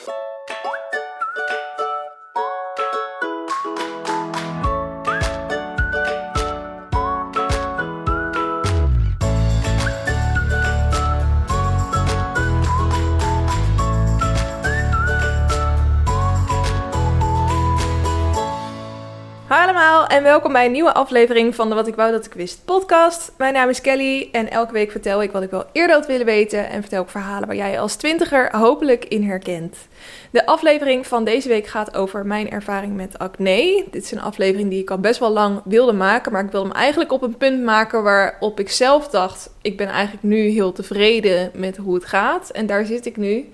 Hallo allemaal en welkom bij een nieuwe aflevering van de Wat ik wou dat ik wist podcast. Mijn naam is Kelly en elke week vertel ik wat ik wel eerder had willen weten en vertel ik verhalen waar jij als twintiger hopelijk in herkent. De aflevering van deze week gaat over mijn ervaring met acne. Dit is een aflevering die ik al best wel lang wilde maken, maar ik wilde hem eigenlijk op een punt maken waarop ik zelf dacht, ik ben eigenlijk nu heel tevreden met hoe het gaat en daar zit ik nu.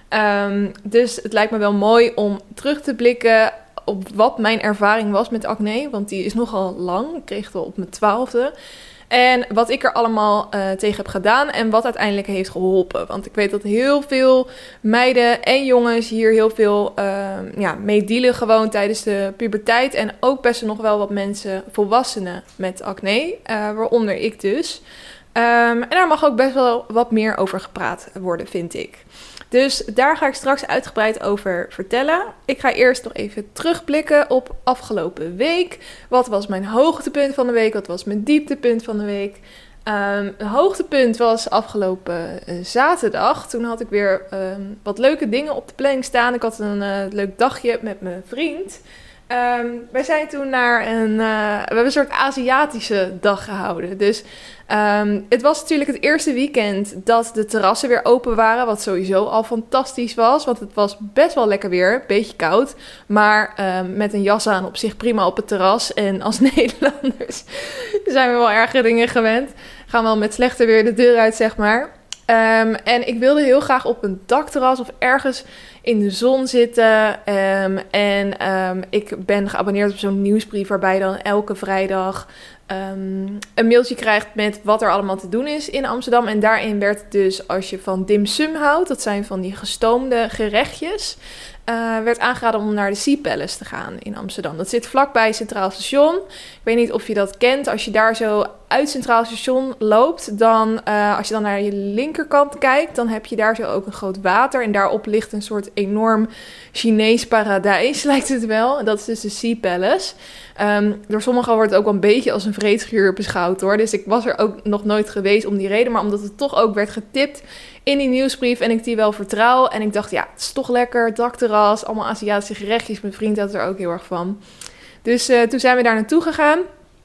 Dus het lijkt me wel mooi om terug te blikken op wat mijn ervaring was met acne, want die is nogal lang. Ik kreeg het al op mijn 12e. En wat ik er allemaal tegen heb gedaan en wat uiteindelijk heeft geholpen. Want ik weet dat heel veel meiden en jongens hier heel veel mee dealen gewoon tijdens de puberteit. En ook best nog wel wat mensen, volwassenen met acne, waaronder ik dus. En daar mag ook best wel wat meer over gepraat worden, vind ik. Dus daar ga ik straks uitgebreid over vertellen. Ik ga eerst nog even terugblikken op afgelopen week. Wat was mijn hoogtepunt van de week? Wat was mijn dieptepunt van de week? Het hoogtepunt was afgelopen zaterdag. Toen had ik weer wat leuke dingen op de planning staan. Ik had een leuk dagje met mijn vriend. Wij zijn toen naar we hebben een soort Aziatische dag gehouden. Dus het was natuurlijk het eerste weekend dat de terrassen weer open waren. Wat sowieso al fantastisch was. Want het was best wel lekker weer. Beetje koud. Maar met een jas aan op zich prima op het terras. En als Nederlanders zijn we wel ergere dingen gewend. Gaan wel met slechter weer de deur uit, zeg maar. En ik wilde heel graag op een dakterras of ergens in de zon zitten. Ik ben geabonneerd op zo'n nieuwsbrief waarbij je dan elke vrijdag een mailtje krijgt met wat er allemaal te doen is in Amsterdam. En daarin werd dus, als je van dim sum houdt, dat zijn van die gestoomde gerechtjes, werd aangeraden om naar de Sea Palace te gaan in Amsterdam. Dat zit vlakbij Centraal Station. Ik weet niet of je dat kent. Als je daar zo uit Centraal Station loopt, dan als je dan naar je linkerkant kijkt, dan heb je daar zo ook een groot water. En daarop ligt een soort enorm Chinees paradijs, lijkt het wel. Dat is dus de Sea Palace. Door sommigen wordt het ook wel een beetje als een vreedschuur beschouwd, hoor. Dus ik was er ook nog nooit geweest om die reden. Maar omdat het toch ook werd getipt in die nieuwsbrief en ik die wel vertrouw. En ik dacht, ja, het is toch lekker, dakterras, allemaal Aziatische gerechtjes. Mijn vriend had er ook heel erg van. Dus toen zijn we daar naartoe gegaan.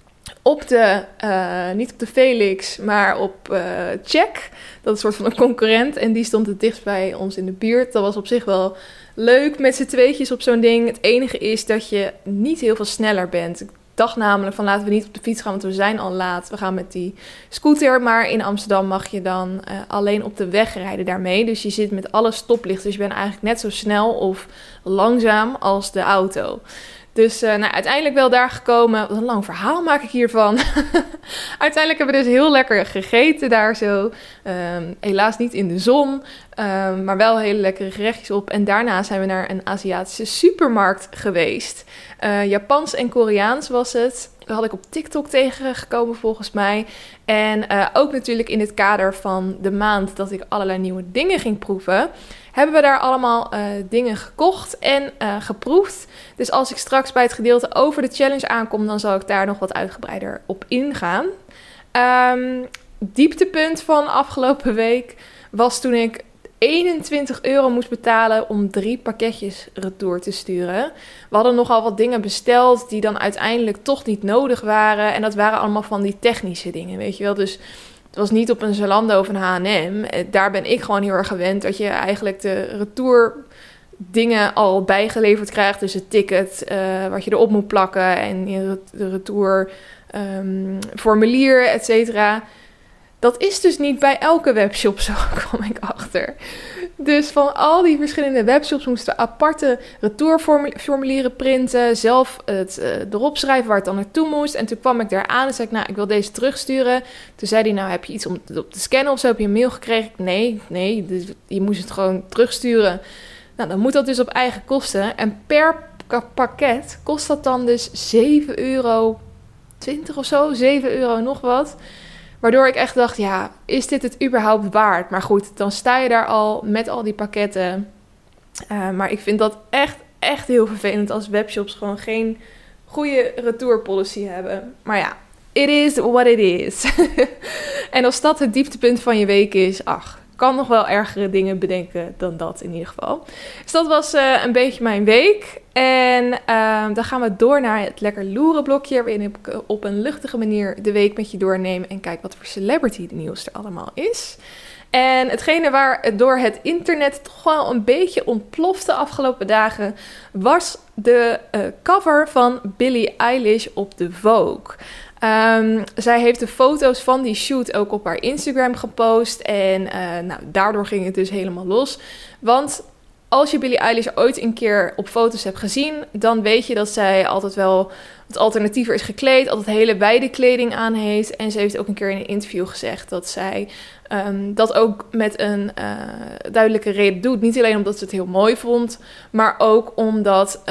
Niet op de Felix, maar op Check. Dat is een soort van een concurrent. En die stond het dichtst bij ons in de buurt. Dat was op zich wel leuk met z'n tweetjes op zo'n ding. Het enige is dat je niet heel veel sneller bent. Ik dacht namelijk van laten we niet op de fiets gaan, want we zijn al laat. We gaan met die scooter, maar in Amsterdam mag je dan alleen op de weg rijden daarmee. Dus je zit met alle stoplichten. Dus je bent eigenlijk net zo snel of langzaam als de auto. Dus uiteindelijk wel daar gekomen. Wat een lang verhaal maak ik hiervan. Uiteindelijk hebben we dus heel lekker gegeten daar zo. Helaas niet in de zon. Maar wel hele lekkere gerechtjes op. En daarna zijn we naar een Aziatische supermarkt geweest. Japans en Koreaans was het. Dat had ik op TikTok tegengekomen volgens mij. En ook natuurlijk in het kader van de maand dat ik allerlei nieuwe dingen ging proeven, hebben we daar allemaal dingen gekocht en geproefd. Dus als ik straks bij het gedeelte over de challenge aankom, dan zal ik daar nog wat uitgebreider op ingaan. Dieptepunt van afgelopen week was toen ik €21 moest betalen om 3 pakketjes retour te sturen. We hadden nogal wat dingen besteld die dan uiteindelijk toch niet nodig waren. En dat waren allemaal van die technische dingen, weet je wel. Dus het was niet op een Zalando of een H&M. Daar ben ik gewoon heel erg gewend dat je eigenlijk de retour dingen al bijgeleverd krijgt. Dus het ticket wat je erop moet plakken en de retour formulier, et cetera. Dat is dus niet bij elke webshop zo, kwam ik achter. Dus van al die verschillende webshops moesten we aparte retourformulieren printen. Zelf het erop schrijven waar het dan naartoe moest. En toen kwam ik daar aan en zei ik, ik wil deze terugsturen. Toen zei hij, heb je iets om op te scannen of zo? Heb je een mail gekregen? Nee, dus je moest het gewoon terugsturen. Dan moet dat dus op eigen kosten. En per pakket kost dat dan dus €7,20 of zo. €7 nog wat. Waardoor ik echt dacht, is dit het überhaupt waard? Maar goed, dan sta je daar al met al die pakketten. Maar ik vind dat echt heel vervelend als webshops gewoon geen goede retourpolicy hebben. Maar ja, it is what it is. En als dat het dieptepunt van je week is, kan nog wel ergere dingen bedenken dan dat in ieder geval. Dus dat was een beetje mijn week. En dan gaan we door naar het lekker loeren blokje, waarin ik op een luchtige manier de week met je doorneem en kijk wat voor celebrity de nieuws er allemaal is. En hetgene waar door het internet toch wel een beetje ontplofte de afgelopen dagen, was de cover van Billie Eilish op de Vogue. Zij heeft de foto's van die shoot ook op haar Instagram gepost. En daardoor ging het dus helemaal los. Want als je Billie Eilish ooit een keer op foto's hebt gezien, dan weet je dat zij altijd wel wat alternatiever is gekleed. Altijd hele wijde kleding aan heeft. En ze heeft ook een keer in een interview gezegd dat zij dat ook met een duidelijke reden doet. Niet alleen omdat ze het heel mooi vond, maar ook omdat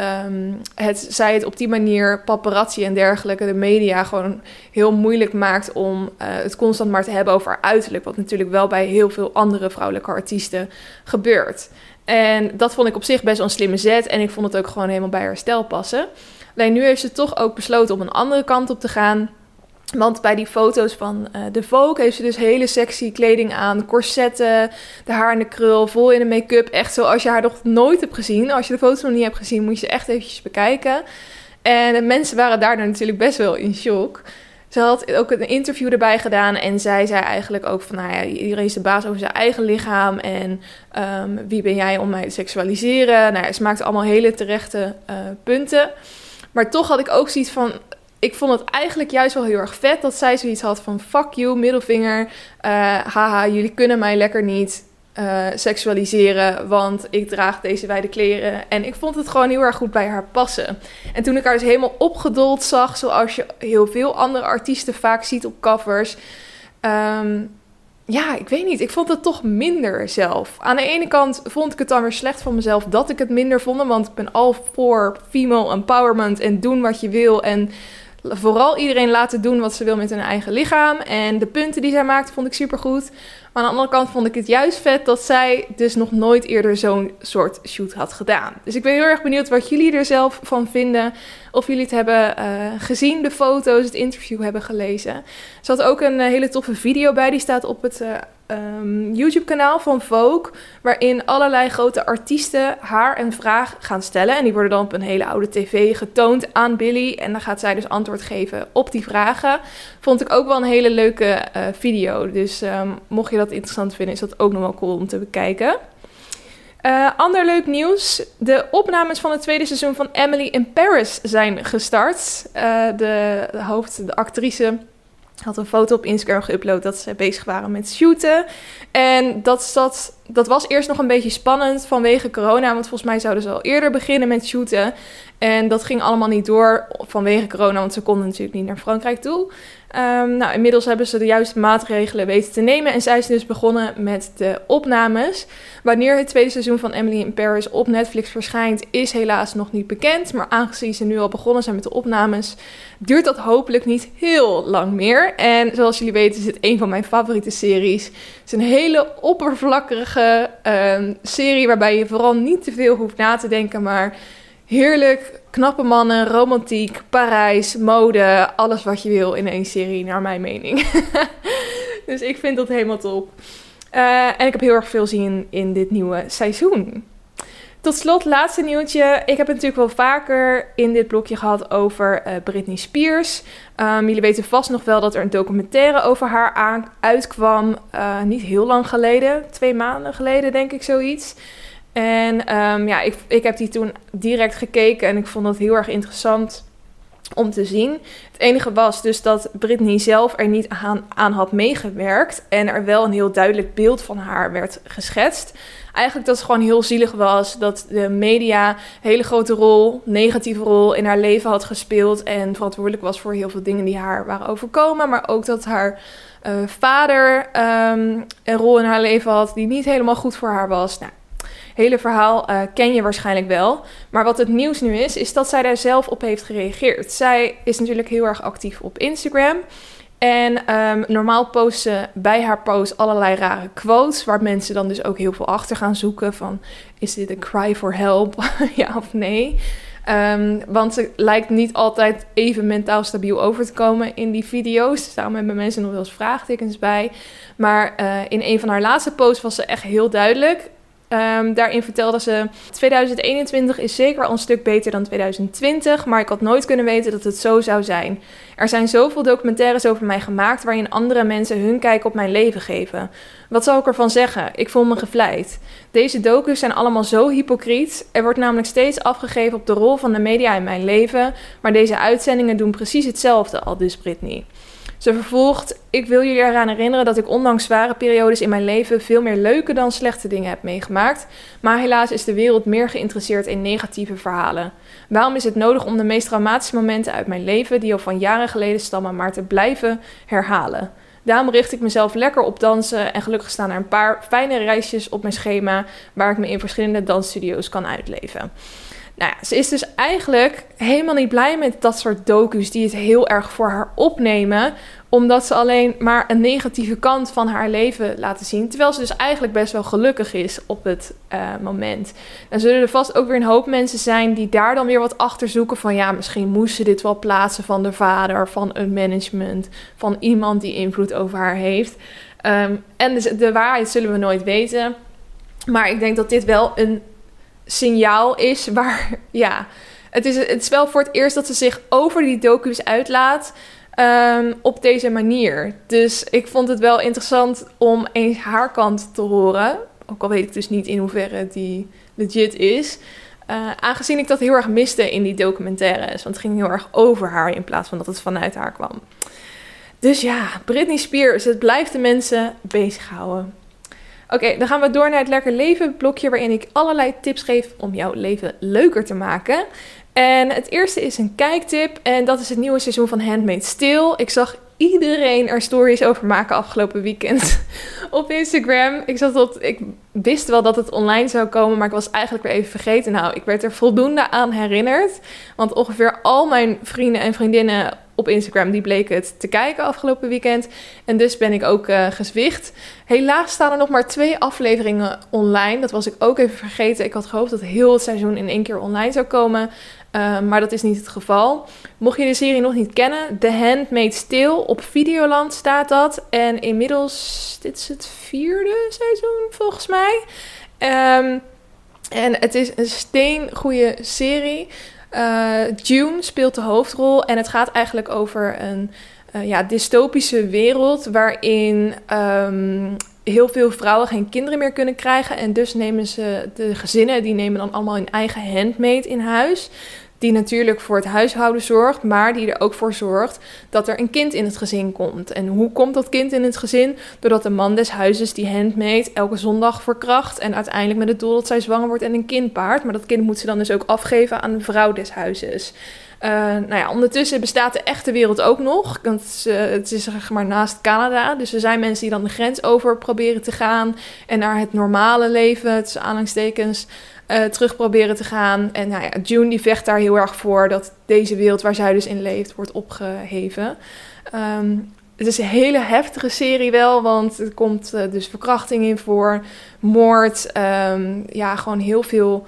zij het op die manier paparazzi en dergelijke, de media, gewoon heel moeilijk maakt om het constant maar te hebben over haar uiterlijk. Wat natuurlijk wel bij heel veel andere vrouwelijke artiesten gebeurt. En dat vond ik op zich best wel een slimme zet. En ik vond het ook gewoon helemaal bij haar stijl passen. Alleen nu heeft ze toch ook besloten om een andere kant op te gaan. Want bij die foto's van de Vogue heeft ze dus hele sexy kleding aan. Corsetten, de haar in de krul, vol in de make-up. Echt zoals je haar nog nooit hebt gezien. Als je de foto's nog niet hebt gezien, moet je ze echt eventjes bekijken. En de mensen waren daardoor natuurlijk best wel in shock. Ze had ook een interview erbij gedaan en zij zei eigenlijk ook van, iedereen is de baas over zijn eigen lichaam en wie ben jij om mij te seksualiseren? Ze maakte allemaal hele terechte punten. Maar toch had ik ook zoiets van, ik vond het eigenlijk juist wel heel erg vet dat zij zoiets had van, fuck you, middelvinger, haha, jullie kunnen mij lekker niet seksualiseren, want ik draag deze wijde kleren. En ik vond het gewoon heel erg goed bij haar passen. En toen ik haar dus helemaal opgedold zag, zoals je heel veel andere artiesten vaak ziet op covers, ik weet niet, ik vond het toch minder zelf. Aan de ene kant vond ik het dan weer slecht van mezelf dat ik het minder vond, want ik ben al voor female empowerment en doen wat je wil en vooral iedereen laten doen wat ze wil met hun eigen lichaam. En de punten die zij maakte vond ik supergoed. Maar aan de andere kant vond ik het juist vet dat zij dus nog nooit eerder zo'n soort shoot had gedaan. Dus ik ben heel erg benieuwd wat jullie er zelf van vinden. Of jullie het hebben gezien, de foto's, het interview hebben gelezen. Er zat ook een hele toffe video bij. Die staat op het YouTube-kanaal van Vogue. Waarin allerlei grote artiesten haar een vraag gaan stellen. En die worden dan op een hele oude tv getoond aan Billie. En dan gaat zij dus antwoord geven op die vragen. Vond ik ook wel een hele leuke video. Dus mocht je dat interessant vinden, is dat ook nog wel cool om te bekijken. Ander leuk nieuws. De opnames van het tweede seizoen van Emily in Paris zijn gestart. De actrice, had een foto op Instagram geüpload dat ze bezig waren met shooten. En dat was eerst nog een beetje spannend vanwege corona. Want volgens mij zouden ze al eerder beginnen met shooten. En dat ging allemaal niet door vanwege corona, want ze konden natuurlijk niet naar Frankrijk toe. Inmiddels hebben ze de juiste maatregelen weten te nemen. En zij is dus begonnen met de opnames. Wanneer het tweede seizoen van Emily in Paris op Netflix verschijnt, is helaas nog niet bekend. Maar aangezien ze nu al begonnen zijn met de opnames, duurt dat hopelijk niet heel lang meer. En zoals jullie weten is het een van mijn favoriete series. Het is een hele oppervlakkige serie waarbij je vooral niet te veel hoeft na te denken, maar heerlijk, knappe mannen, romantiek, Parijs, mode, alles wat je wil in één serie, naar mijn mening. Dus ik vind dat helemaal top. En ik heb heel erg veel zin in dit nieuwe seizoen. Tot slot, laatste nieuwtje. Ik heb het natuurlijk wel vaker in dit blokje gehad over Britney Spears. Jullie weten vast nog wel dat er een documentaire over haar uitkwam. Niet heel lang geleden, 2 maanden geleden denk ik zoiets. En ik heb die toen direct gekeken en ik vond dat heel erg interessant om te zien. Het enige was dus dat Britney zelf er niet aan had meegewerkt en er wel een heel duidelijk beeld van haar werd geschetst. Eigenlijk dat het gewoon heel zielig was dat de media een hele grote rol, negatieve rol in haar leven had gespeeld en verantwoordelijk was voor heel veel dingen die haar waren overkomen. Maar ook dat haar vader een rol in haar leven had die niet helemaal goed voor haar was. Hele verhaal ken je waarschijnlijk wel. Maar wat het nieuws nu is dat zij daar zelf op heeft gereageerd. Zij is natuurlijk heel erg actief op Instagram. En normaal post ze bij haar post allerlei rare quotes, waar mensen dan dus ook heel veel achter gaan zoeken van, is dit een cry for help? Ja of nee? Want ze lijkt niet altijd even mentaal stabiel over te komen in die video's. Daarom hebben mensen nog wel eens vraagtekens bij. Maar in een van haar laatste posts was ze echt heel duidelijk. Daarin vertelde ze, 2021 is zeker al een stuk beter dan 2020, maar ik had nooit kunnen weten dat het zo zou zijn. Er zijn zoveel documentaires over mij gemaakt waarin andere mensen hun kijk op mijn leven geven. Wat zal ik ervan zeggen? Ik voel me gevleid. Deze docus zijn allemaal zo hypocriet. Er wordt namelijk steeds afgegeven op de rol van de media in mijn leven, maar deze uitzendingen doen precies hetzelfde, aldus Britney. Ze vervolgt, ik wil jullie eraan herinneren dat ik ondanks zware periodes in mijn leven veel meer leuke dan slechte dingen heb meegemaakt. Maar helaas is de wereld meer geïnteresseerd in negatieve verhalen. Waarom is het nodig om de meest traumatische momenten uit mijn leven, die al van jaren geleden stammen, maar te blijven herhalen? Daarom richt ik mezelf lekker op dansen en gelukkig staan er een paar fijne reisjes op mijn schema waar ik me in verschillende dansstudio's kan uitleven. Nou ja, ze is dus eigenlijk helemaal niet blij met dat soort docu's die het heel erg voor haar opnemen, omdat ze alleen maar een negatieve kant van haar leven laten zien, terwijl ze dus eigenlijk best wel gelukkig is op het moment. Dan zullen er vast ook weer een hoop mensen zijn die daar dan weer wat achter zoeken van, ja, misschien moest ze dit wel plaatsen van de vader, van een management, van iemand die invloed over haar heeft. En dus de waarheid zullen we nooit weten, maar ik denk dat dit wel een signaal is waar, ja, het is wel voor het eerst dat ze zich over die docu's uitlaat op deze manier. Dus ik vond het wel interessant om eens haar kant te horen, ook al weet ik dus niet in hoeverre die legit is, aangezien ik dat heel erg miste in die documentaires, want het ging heel erg over haar in plaats van dat het vanuit haar kwam. Dus ja, Britney Spears, het blijft de mensen bezighouden. Oké, dan gaan we door naar het Lekker Leven blokje, waarin ik allerlei tips geef om jouw leven leuker te maken. En het eerste is een kijktip en dat is het nieuwe seizoen van Handmaid's Tale. Ik zag iedereen er stories over maken afgelopen weekend op Instagram. Ik wist wel dat het online zou komen, maar ik was eigenlijk weer even vergeten. Nou, ik werd er voldoende aan herinnerd, want ongeveer al mijn vrienden en vriendinnen op Instagram, die bleken het te kijken afgelopen weekend. En dus ben ik ook gezwicht. Helaas staan er nog maar 2 afleveringen online. Dat was ik ook even vergeten. Ik had gehoopt dat heel het seizoen in 1 keer online zou komen. Maar dat is niet het geval. Mocht je de serie nog niet kennen, The Handmaid's Tale, op Videoland staat dat. En inmiddels, dit is het 4e seizoen volgens mij. En het is een steengoeie serie. June speelt de hoofdrol en het gaat eigenlijk over een dystopische wereld waarin heel veel vrouwen geen kinderen meer kunnen krijgen. En dus nemen ze de gezinnen, die nemen dan allemaal hun eigen handmaid in huis. Die natuurlijk voor het huishouden zorgt, maar die er ook voor zorgt dat er een kind in het gezin komt. En hoe komt dat kind in het gezin? Doordat de man des huizes die handmaid elke zondag verkracht en uiteindelijk met het doel dat zij zwanger wordt en een kind baart. Maar dat kind moet ze dan dus ook afgeven aan de vrouw des huizes. Ondertussen bestaat de echte wereld ook nog. Het is zeg maar naast Canada. Dus er zijn mensen die dan de grens over proberen te gaan en naar het normale leven, tussen aanhalingstekens, terug proberen te gaan. En June die vecht daar heel erg voor dat deze wereld waar zij dus in leeft wordt opgeheven. Het is een hele heftige serie wel, want er komt dus verkrachting in voor, moord, gewoon heel veel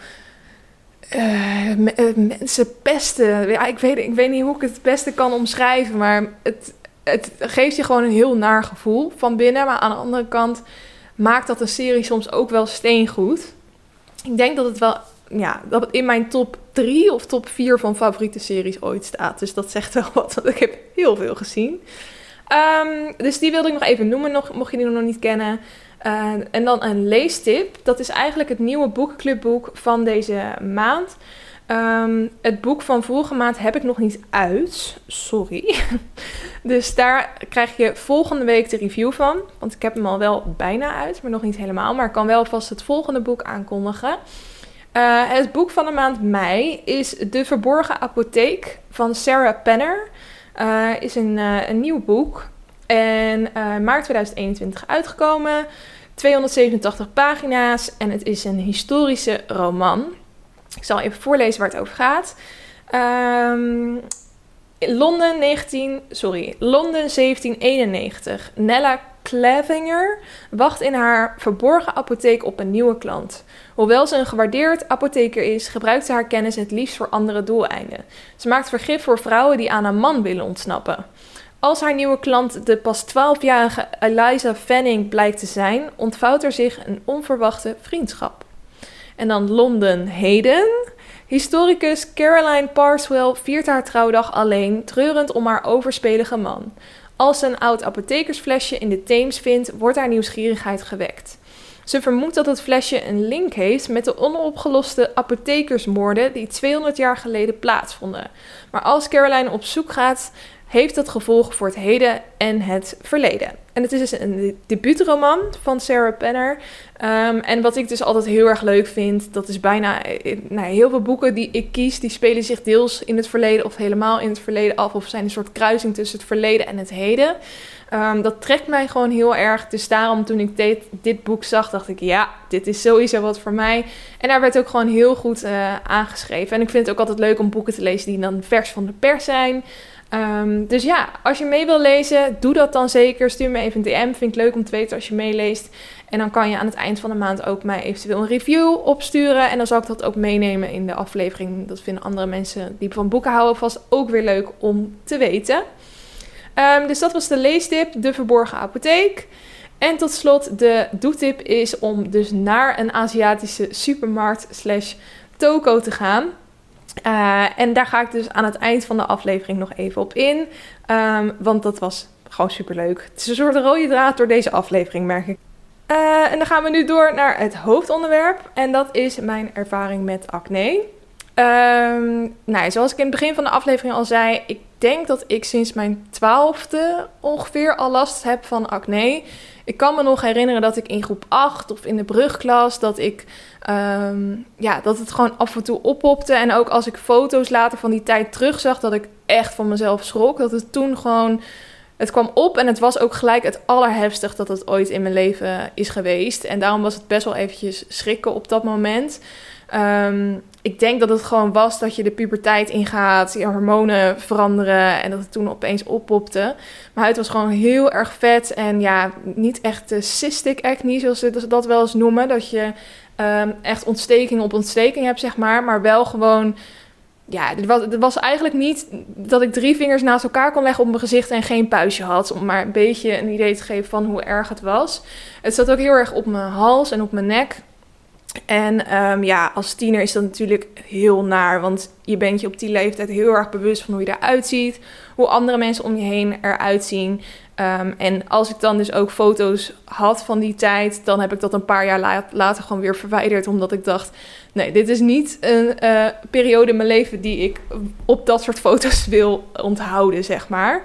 mensen pesten. Ja, ik weet niet hoe ik het het beste kan omschrijven, maar het geeft je gewoon een heel naar gevoel van binnen. Maar aan de andere kant maakt dat een serie soms ook wel steengoed. Ik denk dat het wel, dat het in mijn top 3 of top 4 van favoriete series ooit staat. Dus dat zegt wel wat, want ik heb heel veel gezien. Dus die wilde ik nog even noemen, mocht je die nog niet kennen. En dan een leestip. Dat is eigenlijk het nieuwe boekenclubboek van deze maand. Het boek van vorige maand heb ik nog niet uit. Sorry. Dus daar krijg je volgende week de review van. Want ik heb hem al wel bijna uit, maar nog niet helemaal. Maar ik kan wel vast het volgende boek aankondigen. Het boek van de maand mei is De Verborgen Apotheek van Sarah Penner. Is een nieuw boek. En maart 2021 uitgekomen. 287 pagina's. En het is een historische roman. Ik zal even voorlezen waar het over gaat. Londen 1791. Nella Clavinger wacht in haar verborgen apotheek op een nieuwe klant. Hoewel ze een gewaardeerd apotheker is, gebruikt ze haar kennis het liefst voor andere doeleinden. Ze maakt vergif voor vrouwen die aan een man willen ontsnappen. Als haar nieuwe klant de pas 12-jarige Eliza Fanning blijkt te zijn, ontvouwt er zich een onverwachte vriendschap. En dan Londen heden. Historicus Caroline Parswell viert haar trouwdag alleen, treurend om haar overspelige man. Als ze een oud apothekersflesje in de Theems vindt, wordt haar nieuwsgierigheid gewekt. Ze vermoedt dat het flesje een link heeft met de onopgeloste apothekersmoorden die 200 jaar geleden plaatsvonden. Maar als Caroline op zoek gaat, heeft dat gevolgen voor het heden en het verleden. En het is dus een debuutroman van Sarah Penner. En wat ik dus altijd heel erg leuk vind, dat is bijna heel veel boeken die ik kies, die spelen zich deels in het verleden of helemaal in het verleden af, of zijn een soort kruising tussen het verleden en het heden. Dat trekt mij gewoon heel erg. Dus daarom toen ik dit boek zag, dacht ik, ja, dit is sowieso wat voor mij. En daar werd ook gewoon heel goed aangeschreven. En ik vind het ook altijd leuk om boeken te lezen die dan vers van de pers zijn. Dus ja, als je mee wil lezen, doe dat dan zeker. Stuur me even een DM. Vind ik leuk om te weten als je meeleest. En dan kan je aan het eind van de maand ook mij eventueel een review opsturen. En dan zal ik dat ook meenemen in de aflevering. Dat vinden andere mensen die van boeken houden vast ook weer leuk om te weten. Dus dat was de leestip, de verborgen apotheek. En tot slot, de doetip is om dus naar een Aziatische supermarkt / toko te gaan. En daar ga ik dus aan het eind van de aflevering nog even op in. Want dat was gewoon superleuk. Het is een soort rode draad door deze aflevering, merk ik. En dan gaan we nu door naar het hoofdonderwerp. En dat is mijn ervaring met acne. Zoals ik in het begin van de aflevering al zei, ik denk dat ik sinds mijn 12e ongeveer al last heb van acne. Ik kan me nog herinneren dat ik in groep 8 of in de brugklas, dat het gewoon af en toe oppopte. En ook als ik foto's later van die tijd terugzag, dat ik echt van mezelf schrok. Dat het toen gewoon, het kwam op en het was ook gelijk het allerhefstigst dat het ooit in mijn leven is geweest. En daarom was het best wel eventjes schrikken op dat moment. Ik denk dat het gewoon was dat je de puberteit ingaat, je hormonen veranderen en dat het toen opeens oppopte. Mijn huid was gewoon heel erg vet en ja, niet echt cystic acne, zoals ze dat wel eens noemen. Dat je echt ontsteking op ontsteking hebt, zeg maar wel gewoon, ja, het was eigenlijk niet dat ik 3 vingers naast elkaar kon leggen op mijn gezicht en geen puistje had, om maar een beetje een idee te geven van hoe erg het was. Het zat ook heel erg op mijn hals en op mijn nek. En als tiener is dat natuurlijk heel naar, want je bent je op die leeftijd heel erg bewust van hoe je eruit ziet, hoe andere mensen om je heen eruit zien. En als ik dan dus ook foto's had van die tijd, dan heb ik dat een paar jaar later gewoon weer verwijderd, omdat ik dacht, nee, dit is niet een periode in mijn leven die ik op dat soort foto's wil onthouden, zeg maar.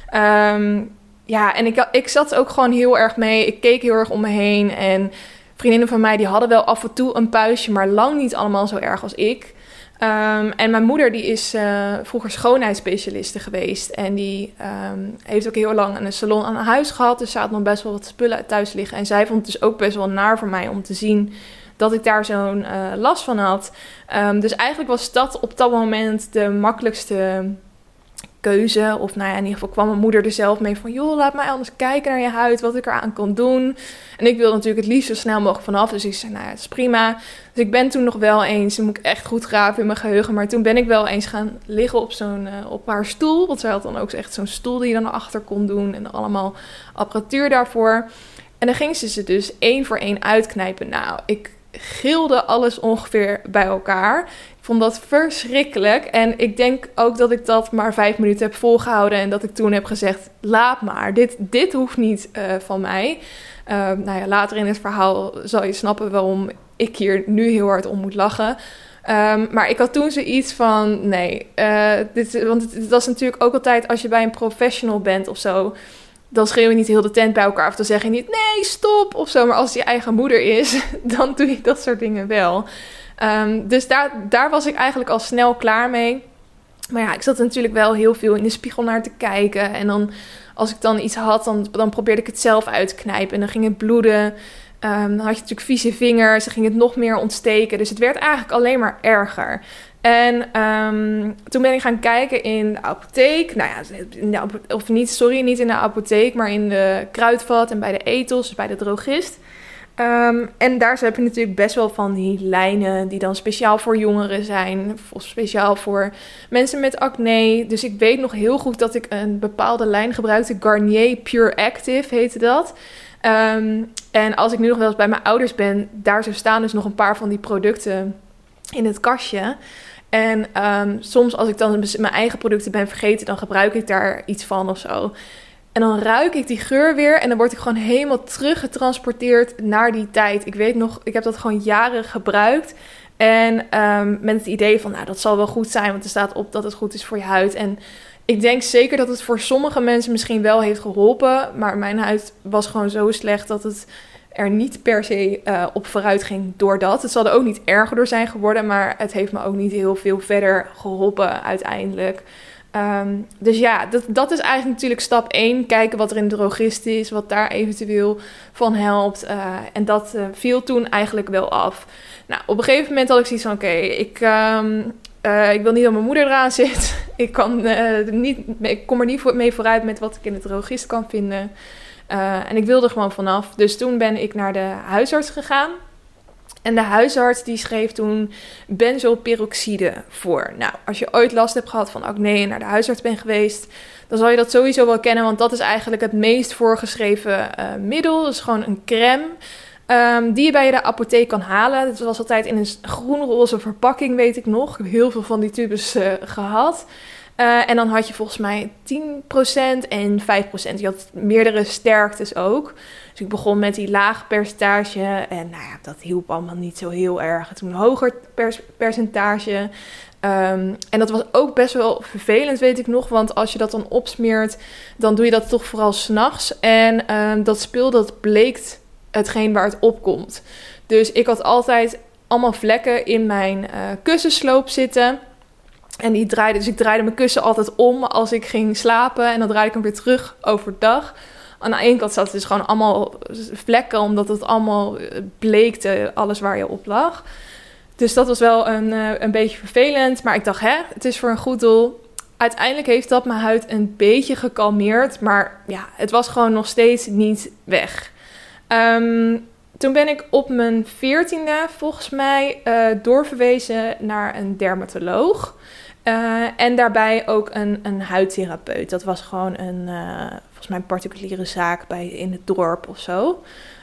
En ik zat ook gewoon heel erg mee, ik keek heel erg om me heen en vriendinnen van mij die hadden wel af en toe een puistje, maar lang niet allemaal zo erg als ik. En mijn moeder die is vroeger schoonheidsspecialiste geweest. En die heeft ook heel lang een salon aan huis gehad. Dus ze had nog best wel wat spullen thuis liggen. En zij vond het dus ook best wel naar voor mij om te zien dat ik daar zo'n last van had. Dus eigenlijk was dat op dat moment de makkelijkste keuze. Of in ieder geval kwam mijn moeder er zelf mee van, joh, laat mij anders kijken naar je huid, wat ik eraan kan doen. En ik wilde natuurlijk het liefst zo snel mogelijk vanaf. Dus ik zei, nou ja, dat is prima. Dus ik ben toen nog wel eens, dan moet ik echt goed graven in mijn geheugen, maar toen ben ik wel eens gaan liggen op haar stoel. Want zij had dan ook echt zo'n stoel die je dan achter kon doen en allemaal apparatuur daarvoor. En dan ging ze dus 1 voor 1 uitknijpen. Nou, ik gilde alles ongeveer bij elkaar. Ik vond dat verschrikkelijk. En ik denk ook dat ik dat maar 5 minuten heb volgehouden. En dat ik toen heb gezegd, laat maar. Dit hoeft niet van mij. Later in het verhaal zal je snappen waarom ik hier nu heel hard om moet lachen. Maar ik had toen zoiets van, nee. Want het was natuurlijk ook altijd, als je bij een professional bent of zo, dan schreeuw je niet heel de tent bij elkaar. Of dan zeg je niet, nee, stop, of zo. Maar als het je eigen moeder is, dan doe je dat soort dingen wel. Dus daar was ik eigenlijk al snel klaar mee. Maar ja, ik zat natuurlijk wel heel veel in de spiegel naar te kijken. En dan, als ik dan iets had, dan probeerde ik het zelf uit te knijpen. En dan ging het bloeden. Dan had je natuurlijk vieze vingers. Dan ging het nog meer ontsteken. Dus het werd eigenlijk alleen maar erger. En toen ben ik gaan kijken in de apotheek. Nou ja, niet in de apotheek, maar in de Kruidvat en bij de Ethos, dus bij de drogist. En daar heb je natuurlijk best wel van die lijnen die dan speciaal voor jongeren zijn. Of speciaal voor mensen met acne. Dus ik weet nog heel goed dat ik een bepaalde lijn gebruikte. Garnier Pure Active heette dat. En als ik nu nog wel eens bij mijn ouders ben, daar zo staan dus nog een paar van die producten in het kastje. En soms als ik dan mijn eigen producten ben vergeten, dan gebruik ik daar iets van of zo. En dan ruik ik die geur weer en dan word ik gewoon helemaal teruggetransporteerd naar die tijd. Ik weet nog, ik heb dat gewoon jaren gebruikt. En met het idee van, nou, dat zal wel goed zijn, want er staat op dat het goed is voor je huid. En ik denk zeker dat het voor sommige mensen misschien wel heeft geholpen. Maar mijn huid was gewoon zo slecht dat het er niet per se op vooruit ging door dat. Het zal er ook niet erger door zijn geworden, maar het heeft me ook niet heel veel verder geholpen uiteindelijk. Dus ja, dat is eigenlijk natuurlijk stap 1. Kijken wat er in de drogist is, wat daar eventueel van helpt. En dat viel toen eigenlijk wel af. Nou, op een gegeven moment had ik zoiets van, oké, ik wil niet dat mijn moeder eraan zit. Ik kom er niet mee vooruit met wat ik in de drogist kan vinden. En ik wilde er gewoon vanaf. Dus toen ben ik naar de huisarts gegaan. En de huisarts die schreef toen benzylperoxide voor. Nou, als je ooit last hebt gehad van acne en naar de huisarts bent geweest, dan zal je dat sowieso wel kennen, want dat is eigenlijk het meest voorgeschreven middel. Dat is gewoon een crème die je bij de apotheek kan halen. Dat was altijd in een groen-roze verpakking, weet ik nog. Ik heb heel veel van die tubes gehad. En dan had je volgens mij 10% en 5%. Je had meerdere sterktes ook. Dus ik begon met die laag percentage. En nou ja, dat hielp allemaal niet zo heel erg. Toen een hoger percentage. En dat was ook best wel vervelend, weet ik nog. Want als je dat dan opsmeert, dan doe je dat toch vooral 's nachts. En dat spul, dat bleekt hetgeen waar het opkomt. Dus ik had altijd allemaal vlekken in mijn kussensloop zitten. En ik draaide mijn kussen altijd om als ik ging slapen. En dan draaide ik hem weer terug overdag. Aan de ene kant zat het dus gewoon allemaal vlekken, omdat het allemaal bleekte, alles waar je op lag. Dus dat was wel een beetje vervelend. Maar ik dacht, het is voor een goed doel. Uiteindelijk heeft dat mijn huid een beetje gekalmeerd. Maar ja, het was gewoon nog steeds niet weg. Toen ben ik op mijn 14e volgens mij doorverwezen naar een dermatoloog. En daarbij ook een huidtherapeut. Dat was gewoon volgens mij een particuliere zaak in het dorp of zo.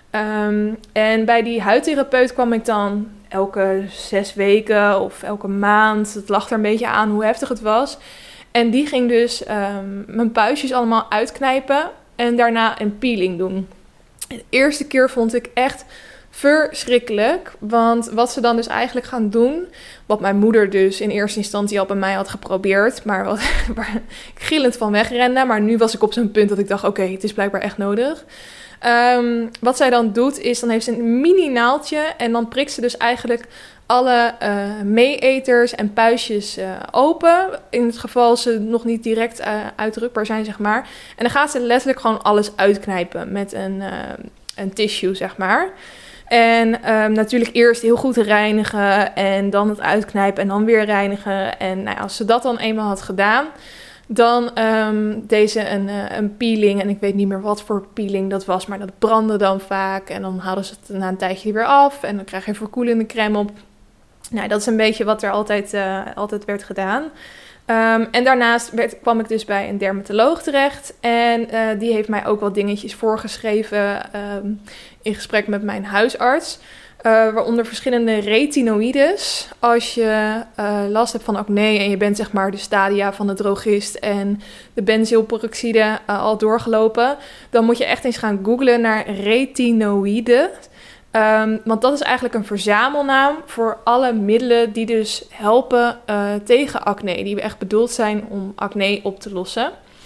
En bij die huidtherapeut kwam ik dan elke 6 weken of elke maand. Het lag er een beetje aan hoe heftig het was. En die ging dus mijn puistjes allemaal uitknijpen en daarna een peeling doen. De eerste keer vond ik echt verschrikkelijk. Want wat ze dan dus eigenlijk gaan doen, wat mijn moeder dus in eerste instantie al bij mij had geprobeerd, maar waar ik gillend van wegrende. Maar nu was ik op zo'n punt dat ik dacht, oké, het is blijkbaar echt nodig. Wat zij dan doet is, dan heeft ze een mini naaldje en dan prikt ze dus eigenlijk alle meeeters en puistjes open. In het geval ze nog niet direct uitdrukbaar zijn, zeg maar. En dan gaat ze letterlijk gewoon alles uitknijpen met een tissue, zeg maar. En natuurlijk eerst heel goed reinigen en dan het uitknijpen en dan weer reinigen. En nou, als ze dat dan eenmaal had gedaan, dan deed ze een peeling. En ik weet niet meer wat voor peeling dat was, maar dat brandde dan vaak. En dan hadden ze het na een tijdje weer af en dan krijg je een verkoelende crème op. Nou, dat is een beetje wat er altijd werd gedaan. En daarnaast kwam ik dus bij een dermatoloog terecht. En die heeft mij ook wat dingetjes voorgeschreven in gesprek met mijn huisarts. Waaronder verschillende retinoïdes. Als je last hebt van acne en je bent zeg maar de stadia van de drogist en de benzylperoxide al doorgelopen, dan moet je echt eens gaan googlen naar retinoïden. Want dat is eigenlijk een verzamelnaam voor alle middelen die dus helpen tegen acne. Die echt bedoeld zijn om acne op te lossen.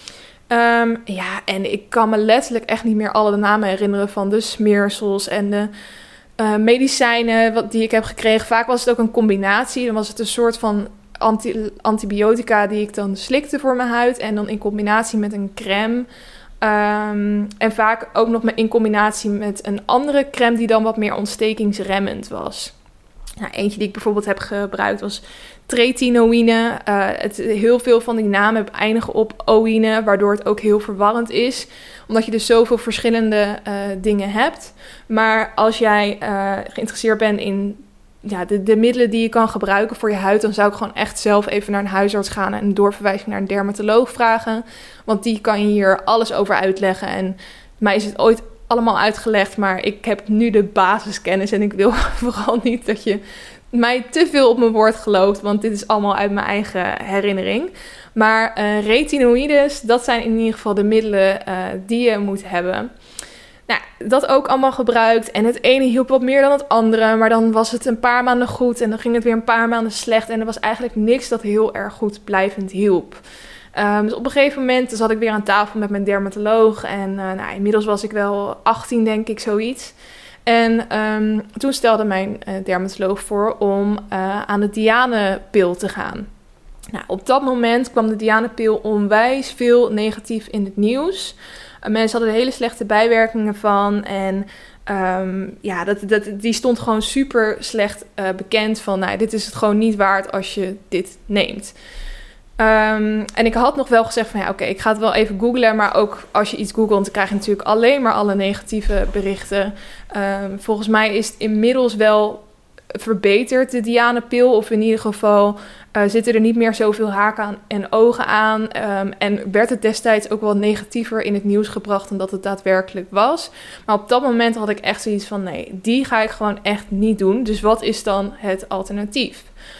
Ja, en ik kan me letterlijk echt niet meer alle namen herinneren van de smeersels en de medicijnen die ik heb gekregen. Vaak was het ook een combinatie. Dan was het een soort van antibiotica die ik dan slikte voor mijn huid. En dan in combinatie met een crème. En vaak ook nog in combinatie met een andere crème die dan wat meer ontstekingsremmend was. Nou, eentje die ik bijvoorbeeld heb gebruikt was tretinoïne. Heel veel van die namen eindigen op oïne, waardoor het ook heel verwarrend is. Omdat je dus zoveel verschillende dingen hebt. Maar als jij geïnteresseerd bent in de middelen die je kan gebruiken voor je huid, dan zou ik gewoon echt zelf even naar een huisarts gaan en een doorverwijzing naar een dermatoloog vragen. Want die kan je hier alles over uitleggen. En mij is het ooit allemaal uitgelegd, maar ik heb nu de basiskennis en ik wil vooral niet dat je mij te veel op mijn woord gelooft, want dit is allemaal uit mijn eigen herinnering. Maar retinoïdes, dat zijn in ieder geval de middelen die je moet hebben. Nou, dat ook allemaal gebruikt en het ene hielp wat meer dan het andere, maar dan was het een paar maanden goed en dan ging het weer een paar maanden slecht en er was eigenlijk niks dat heel erg goed blijvend hielp. Dus op een gegeven moment zat ik weer aan tafel met mijn dermatoloog. En inmiddels was ik wel 18, denk ik, zoiets. En toen stelde mijn dermatoloog voor om aan de Diane-pil te gaan. Nou, op dat moment kwam de Diane-pil onwijs veel negatief in het nieuws. Mensen hadden er hele slechte bijwerkingen van. En die stond gewoon super slecht bekend van, dit is het gewoon niet waard als je dit neemt. En ik had nog wel gezegd van oké, ik ga het wel even googlen. Maar ook als je iets googelt, dan krijg je natuurlijk alleen maar alle negatieve berichten. Volgens mij is het inmiddels wel verbeterd, de Diane-pil. Of in ieder geval zitten er niet meer zoveel haken en ogen aan. En werd het destijds ook wel negatiever in het nieuws gebracht dan dat het daadwerkelijk was. Maar op dat moment had ik echt zoiets van nee, die ga ik gewoon echt niet doen. Dus wat is dan het alternatief?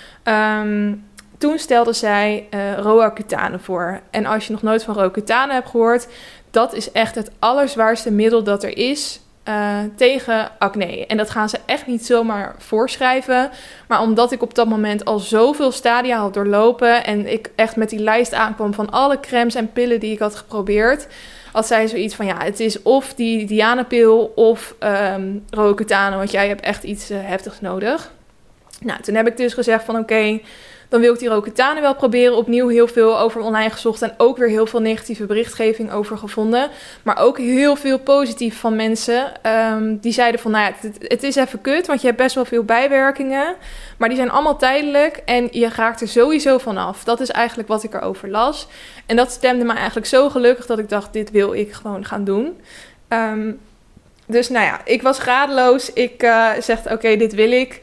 Toen stelde zij Roaccutane voor. En als je nog nooit van Roaccutane hebt gehoord, dat is echt het allerzwaarste middel dat er is tegen acne. En dat gaan ze echt niet zomaar voorschrijven. Maar omdat ik op dat moment al zoveel stadia had doorlopen en ik echt met die lijst aankwam van alle crèmes en pillen die ik had geprobeerd, had zij zoiets van het is of die Diane-pil of Roaccutane, want jij hebt echt iets heftigs nodig. Nou, toen heb ik dus gezegd van oké, dan wil ik die Roaccutane wel proberen. Opnieuw heel veel over online gezocht en ook weer heel veel negatieve berichtgeving over gevonden. Maar ook heel veel positief van mensen die zeiden van het is even kut, want je hebt best wel veel bijwerkingen. Maar die zijn allemaal tijdelijk en je raakt er sowieso van af. Dat is eigenlijk wat ik erover las. En dat stemde me eigenlijk zo gelukkig dat ik dacht, dit wil ik gewoon gaan doen. Dus ik was radeloos. Ik zeg oké, dit wil ik.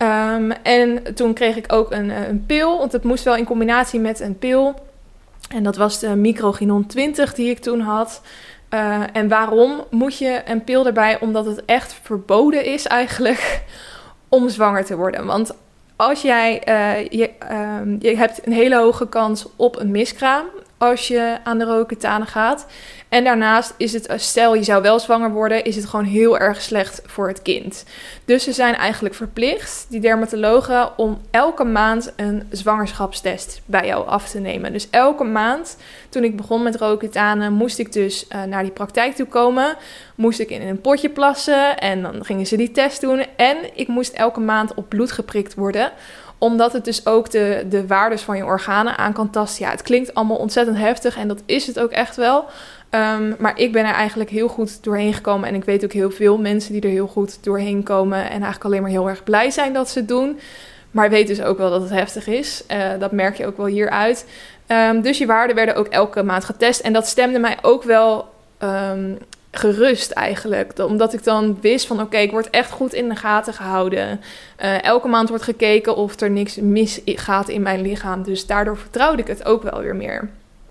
En toen kreeg ik ook een pil, want het moest wel in combinatie met een pil. En dat was de Microgynon 20 die ik toen had. En waarom moet je een pil erbij? Omdat het echt verboden is eigenlijk om zwanger te worden. Want als jij, je hebt een hele hoge kans op een miskraam als je aan de Roaccutane gaat. En daarnaast is het, stel je zou wel zwanger worden, is het gewoon heel erg slecht voor het kind. Dus ze zijn eigenlijk verplicht, die dermatologen, om elke maand een zwangerschapstest bij jou af te nemen. Dus elke maand, toen ik begon met Roaccutane, moest ik dus naar die praktijk toe komen. Moest ik in een potje plassen en dan gingen ze die test doen. En ik moest elke maand op bloed geprikt worden, omdat het dus ook de waardes van je organen aan kan tasten. Ja, het klinkt allemaal ontzettend heftig en dat is het ook echt wel. Maar ik ben er eigenlijk heel goed doorheen gekomen. En ik weet ook heel veel mensen die er heel goed doorheen komen. En eigenlijk alleen maar heel erg blij zijn dat ze het doen. Maar ik weet dus ook wel dat het heftig is. Dat merk je ook wel hieruit. Dus je waarden werden ook elke maand getest. En dat stemde mij ook wel gerust eigenlijk. Omdat ik dan wist van oké, ik word echt goed in de gaten gehouden. Elke maand wordt gekeken of er niks misgaat in mijn lichaam. Dus daardoor vertrouwde ik het ook wel weer meer.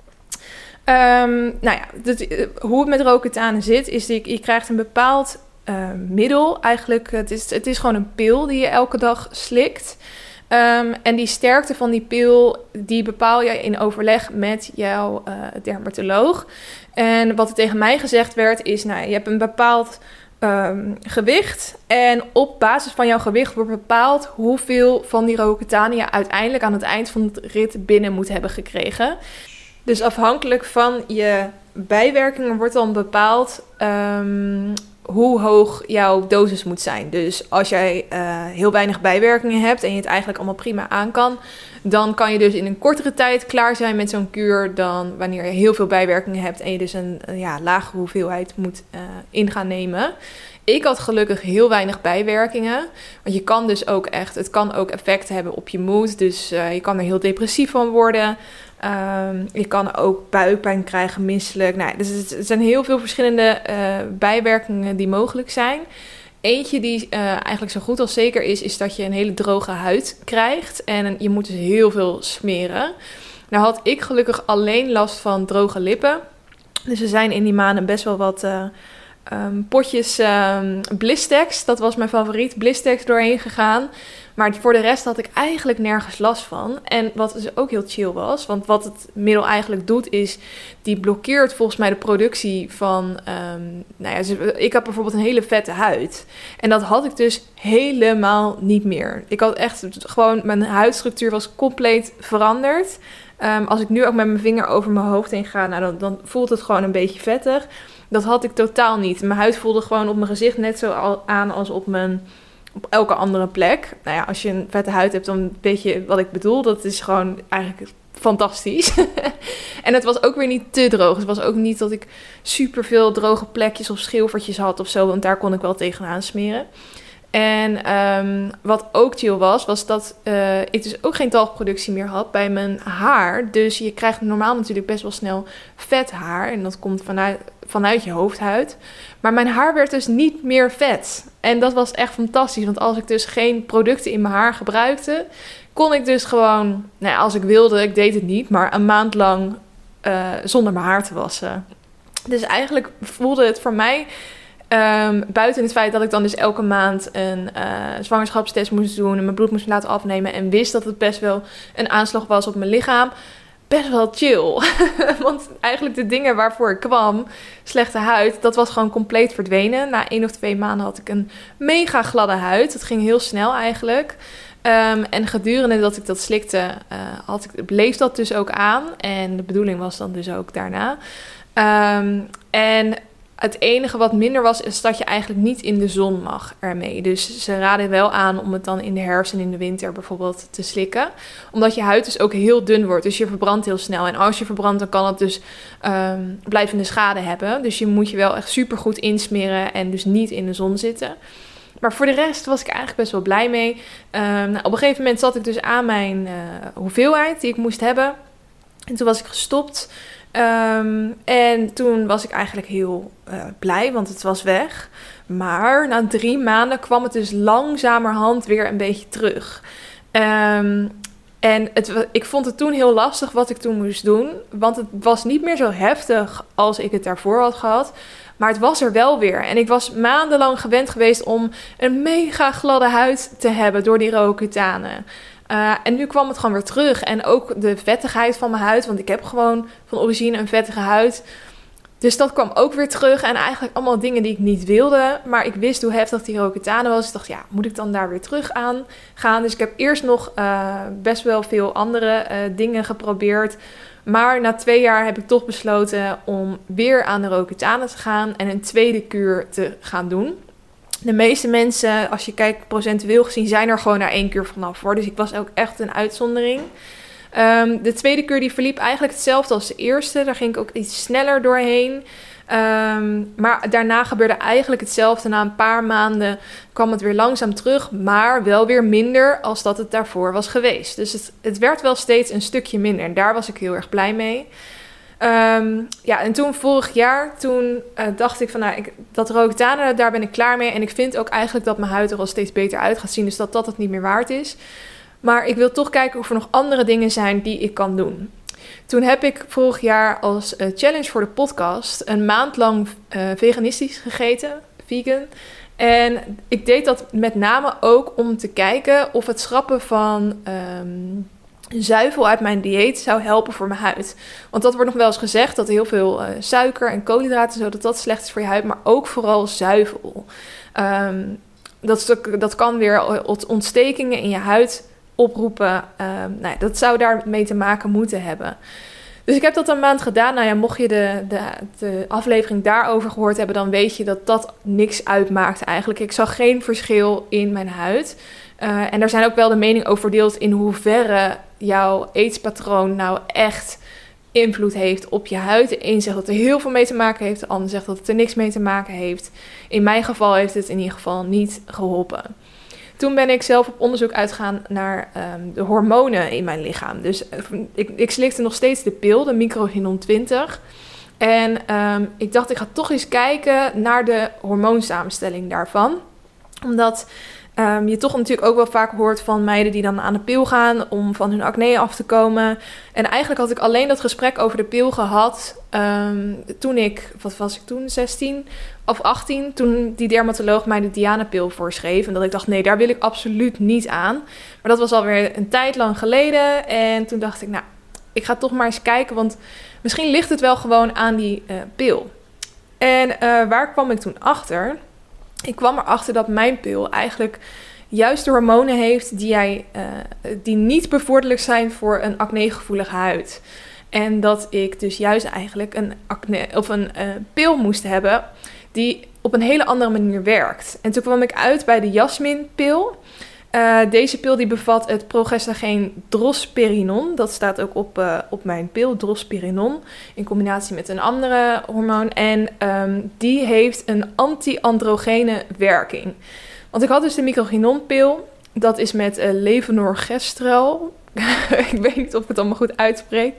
Hoe het met Roaccutane zit, is je krijgt een bepaald middel. Eigenlijk, het is gewoon een pil die je elke dag slikt. En die sterkte van die pil, die bepaal je in overleg met jouw dermatoloog. En wat er tegen mij gezegd werd, is je hebt een bepaald gewicht. En op basis van jouw gewicht wordt bepaald hoeveel van die Roaccutane je uiteindelijk aan het eind van het rit binnen moet hebben gekregen. Dus afhankelijk van je bijwerkingen wordt dan bepaald hoe hoog jouw dosis moet zijn. Dus als jij heel weinig bijwerkingen hebt en je het eigenlijk allemaal prima aan kan, dan kan je dus in een kortere tijd klaar zijn met zo'n kuur dan wanneer je heel veel bijwerkingen hebt en je dus een lagere hoeveelheid moet in gaan nemen. Ik had gelukkig heel weinig bijwerkingen. Want je kan dus ook echt, het kan ook effect hebben op je moed. Dus je kan er heel depressief van worden. Je kan ook buikpijn krijgen, misselijk. Nou, dus er zijn heel veel verschillende bijwerkingen die mogelijk zijn. Eentje die eigenlijk zo goed als zeker is dat je een hele droge huid krijgt. En je moet dus heel veel smeren. Nou had ik gelukkig alleen last van droge lippen. Dus er zijn in die maanden best wel wat potjes Blistex. Dat was mijn favoriet. Blistex doorheen gegaan. Maar voor de rest had ik eigenlijk nergens last van. En wat dus ook heel chill was. Want wat het middel eigenlijk doet is... die blokkeert volgens mij de productie van... ik heb bijvoorbeeld een hele vette huid. En dat had ik dus helemaal niet meer. Ik had echt gewoon... mijn huidstructuur was compleet veranderd. Als ik nu ook met mijn vinger over mijn hoofd heen ga... nou, dan voelt het gewoon een beetje vettig. Dat had ik totaal niet. Mijn huid voelde gewoon op mijn gezicht net zo aan als op elke andere plek. Nou ja, als je een vette huid hebt, dan weet je wat ik bedoel. Dat is gewoon eigenlijk fantastisch. En het was ook weer niet te droog. Het was ook niet dat ik superveel droge plekjes of schilfertjes had of zo. Want daar kon ik wel tegenaan smeren. En wat ook chill was dat ik dus ook geen talgproductie meer had bij mijn haar. Dus je krijgt normaal natuurlijk best wel snel vet haar. En dat komt vanuit je hoofdhuid. Maar mijn haar werd dus niet meer vet. En dat was echt fantastisch. Want als ik dus geen producten in mijn haar gebruikte... kon ik dus gewoon, als ik wilde, ik deed het niet... maar een maand lang zonder mijn haar te wassen. Dus eigenlijk voelde het voor mij... buiten het feit dat ik dan dus elke maand een zwangerschapstest moest doen... en mijn bloed moest laten afnemen... en wist dat het best wel een aanslag was op mijn lichaam... best wel chill. Want eigenlijk de dingen waarvoor ik kwam... slechte huid, dat was gewoon compleet verdwenen. Na 1 of 2 maanden had ik een mega gladde huid. Dat ging heel snel eigenlijk... en gedurende dat ik dat slikte, bleef dat dus ook aan. En de bedoeling was dan dus ook daarna. En het enige wat minder was, is dat je eigenlijk niet in de zon mag ermee. Dus ze raden wel aan om het dan in de herfst en in de winter bijvoorbeeld te slikken. Omdat je huid dus ook heel dun wordt. Dus je verbrandt heel snel. En als je verbrandt, dan kan het dus blijvende schade hebben. Dus je moet je wel echt super goed insmeren en dus niet in de zon zitten. Maar voor de rest was ik eigenlijk best wel blij mee. Op een gegeven moment zat ik dus aan mijn hoeveelheid die ik moest hebben. En toen was ik gestopt. En toen was ik eigenlijk heel blij, want het was weg. Maar na 3 maanden kwam het dus langzamerhand weer een beetje terug. En ik vond het toen heel lastig wat ik toen moest doen. Want het was niet meer zo heftig als ik het daarvoor had gehad. Maar het was er wel weer. En ik was maandenlang gewend geweest om een mega gladde huid te hebben door die Roaccutane. En nu kwam het gewoon weer terug. En ook de vettigheid van mijn huid. Want ik heb gewoon van origine een vettige huid. Dus dat kwam ook weer terug. En eigenlijk allemaal dingen die ik niet wilde. Maar ik wist hoe heftig die Roaccutane was. Ik dacht, ja, moet ik dan daar weer terug aan gaan? Dus ik heb eerst nog best wel veel andere dingen geprobeerd. Maar na 2 jaar heb ik toch besloten om weer aan de Roaccutane te gaan. En een tweede kuur te gaan doen. De meeste mensen, als je kijkt procentueel gezien, zijn er gewoon na 1 kuur vanaf hoor. Dus ik was ook echt een uitzondering. De tweede kuur die verliep eigenlijk hetzelfde als de eerste. Daar ging ik ook iets sneller doorheen. Maar daarna gebeurde eigenlijk hetzelfde. Na een paar maanden kwam het weer langzaam terug. Maar wel weer minder als dat het daarvoor was geweest. Dus het werd wel steeds een stukje minder. En daar was ik heel erg blij mee. En toen vorig jaar, dacht ik van dat Roaccutane, daar ben ik klaar mee. En ik vind ook eigenlijk dat mijn huid er al steeds beter uit gaat zien. Dus dat het niet meer waard is. Maar ik wil toch kijken of er nog andere dingen zijn die ik kan doen. Toen heb ik vorig jaar als challenge voor de podcast een maand lang veganistisch gegeten, vegan. En ik deed dat met name ook om te kijken of het schrappen van zuivel uit mijn dieet zou helpen voor mijn huid. Want dat wordt nog wel eens gezegd, dat heel veel suiker en koolhydraten en zo, dat slecht is voor je huid, maar ook vooral zuivel. Dat kan weer ontstekingen in je huid oproepen. Dat zou daarmee te maken moeten hebben. Dus ik heb dat een maand gedaan. Mocht je de aflevering daarover gehoord hebben, dan weet je dat dat niks uitmaakt eigenlijk. Ik zag geen verschil in mijn huid. En daar zijn ook wel de meningen over verdeeld in hoeverre jouw eetpatroon nou echt invloed heeft op je huid. De een zegt dat er heel veel mee te maken heeft. De ander zegt dat het er niks mee te maken heeft. In mijn geval heeft het in ieder geval niet geholpen. Toen ben ik zelf op onderzoek uitgegaan naar de hormonen in mijn lichaam. Dus ik slikte nog steeds de pil, de Microgynon 20. En ik dacht, ik ga toch eens kijken naar de hormoonsamenstelling daarvan. Omdat je toch natuurlijk ook wel vaak hoort van meiden die dan aan de pil gaan om van hun acne af te komen. En eigenlijk had ik alleen dat gesprek over de pil gehad toen ik, wat was ik toen, 16 of 18, toen die dermatoloog mij de Diana-pil voorschreef. En dat ik dacht, nee, daar wil ik absoluut niet aan. Maar dat was alweer een tijd lang geleden. En toen dacht ik, nou, ik ga toch maar eens kijken, want misschien ligt het wel gewoon aan die pil. En waar kwam ik toen achter? Ik kwam erachter dat mijn pil eigenlijk juist de hormonen heeft die niet bevorderlijk zijn voor een acnegevoelige huid. En dat ik dus juist eigenlijk een pil moest hebben die op een hele andere manier werkt. En toen kwam ik uit bij de Jasmin-pil. Deze pil die bevat het progestageen drosperinon. Dat staat ook op mijn pil, drosperinon, in combinatie met een andere hormoon. En die heeft een anti-androgene werking. Want ik had dus de Microgynon-pil. Dat is met levonorgestrel. Ik weet niet of ik het allemaal goed uitspreek.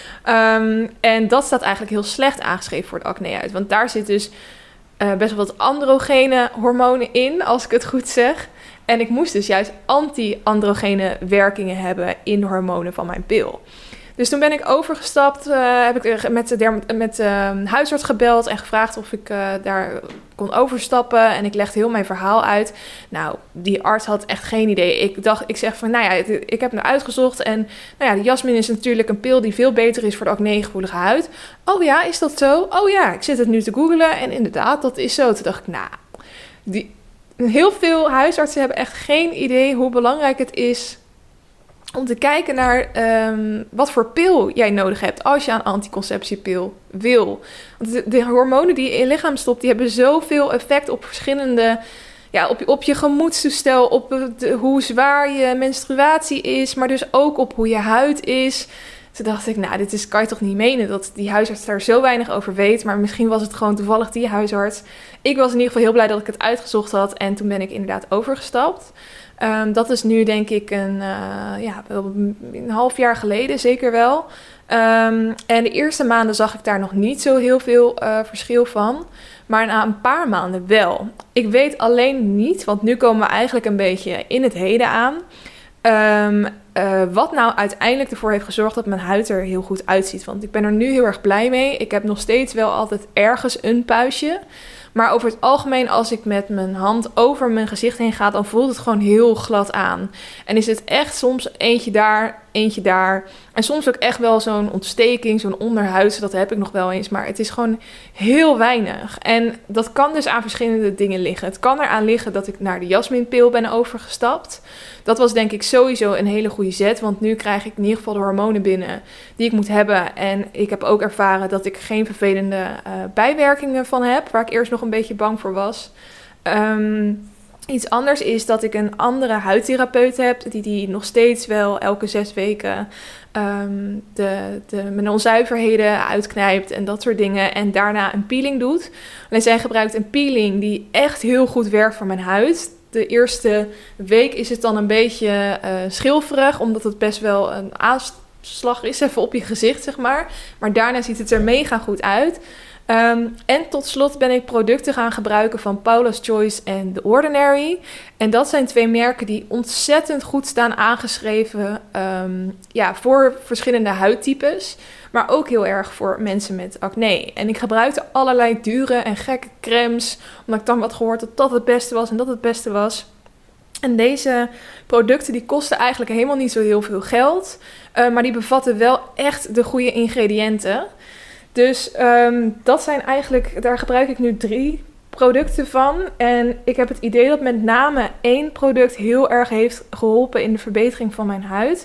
En dat staat eigenlijk heel slecht aangeschreven voor de acne-huid. Want daar zit dus best wel wat androgene hormonen in, als ik het goed zeg. En ik moest dus juist anti-androgene werkingen hebben in de hormonen van mijn pil. Dus toen ben ik overgestapt, heb ik met de huisarts gebeld en gevraagd of ik daar kon overstappen. En ik legde heel mijn verhaal uit. Nou, die arts had echt geen idee. Ik zeg van, nou ja, ik heb hem uitgezocht. En nou ja, de Jasmin is natuurlijk een pil die veel beter is voor de acnegevoelige huid. Oh ja, is dat zo? Oh ja, ik zit het nu te googlen en inderdaad, dat is zo. Toen dacht ik, nou, heel veel huisartsen hebben echt geen idee hoe belangrijk het is om te kijken naar wat voor pil jij nodig hebt als je aan anticonceptiepil wil. Want de hormonen die je in je lichaam stopt, die hebben zoveel effect op verschillende, op je gemoedstoestel, op hoe zwaar je menstruatie is, maar dus ook op hoe je huid is. Toen dacht ik, nou, kan je toch niet menen dat die huisarts daar zo weinig over weet. Maar misschien was het gewoon toevallig die huisarts. Ik was in ieder geval heel blij dat ik het uitgezocht had. En toen ben ik inderdaad overgestapt. Dat is nu denk ik een half jaar geleden, zeker wel. En de eerste maanden zag ik daar nog niet zo heel veel verschil van. Maar na een paar maanden wel. Ik weet alleen niet, want nu komen we eigenlijk een beetje in het heden aan. Wat nou uiteindelijk ervoor heeft gezorgd dat mijn huid er heel goed uitziet. Want ik ben er nu heel erg blij mee. Ik heb nog steeds wel altijd ergens een puistje. Maar over het algemeen, als ik met mijn hand over mijn gezicht heen ga, dan voelt het gewoon heel glad aan. En is het echt soms eentje daar. En soms ook echt wel zo'n ontsteking, zo'n onderhuidse, dat heb ik nog wel eens. Maar het is gewoon heel weinig. En dat kan dus aan verschillende dingen liggen. Het kan eraan liggen dat ik naar de Jasmin-pil ben overgestapt. Dat was denk ik sowieso een hele goede zet. Want nu krijg ik in ieder geval de hormonen binnen die ik moet hebben. En ik heb ook ervaren dat ik geen vervelende bijwerkingen van heb. Waar ik eerst nog een beetje bang voor was. Iets anders is dat ik een andere huidtherapeut heb. Die nog steeds wel elke 6 weken mijn onzuiverheden uitknijpt en dat soort dingen. En daarna een peeling doet. Alleen zij gebruikt een peeling die echt heel goed werkt voor mijn huid. De eerste week is het dan een beetje schilferig, omdat het best wel een aanslag is even op je gezicht, zeg maar. Maar daarna ziet het er mega goed uit. En tot slot ben ik producten gaan gebruiken van Paula's Choice en The Ordinary. En dat zijn 2 merken die ontzettend goed staan aangeschreven voor verschillende huidtypes. Maar ook heel erg voor mensen met acne. En ik gebruikte allerlei dure en gekke crèmes, omdat ik dan wat gehoord had dat het beste was en dat het beste was. En deze producten die kosten eigenlijk helemaal niet zo heel veel geld. Maar die bevatten wel echt de goede ingrediënten. Dus dat zijn eigenlijk, daar gebruik ik nu 3 producten van. En ik heb het idee dat met name 1 product heel erg heeft geholpen in de verbetering van mijn huid.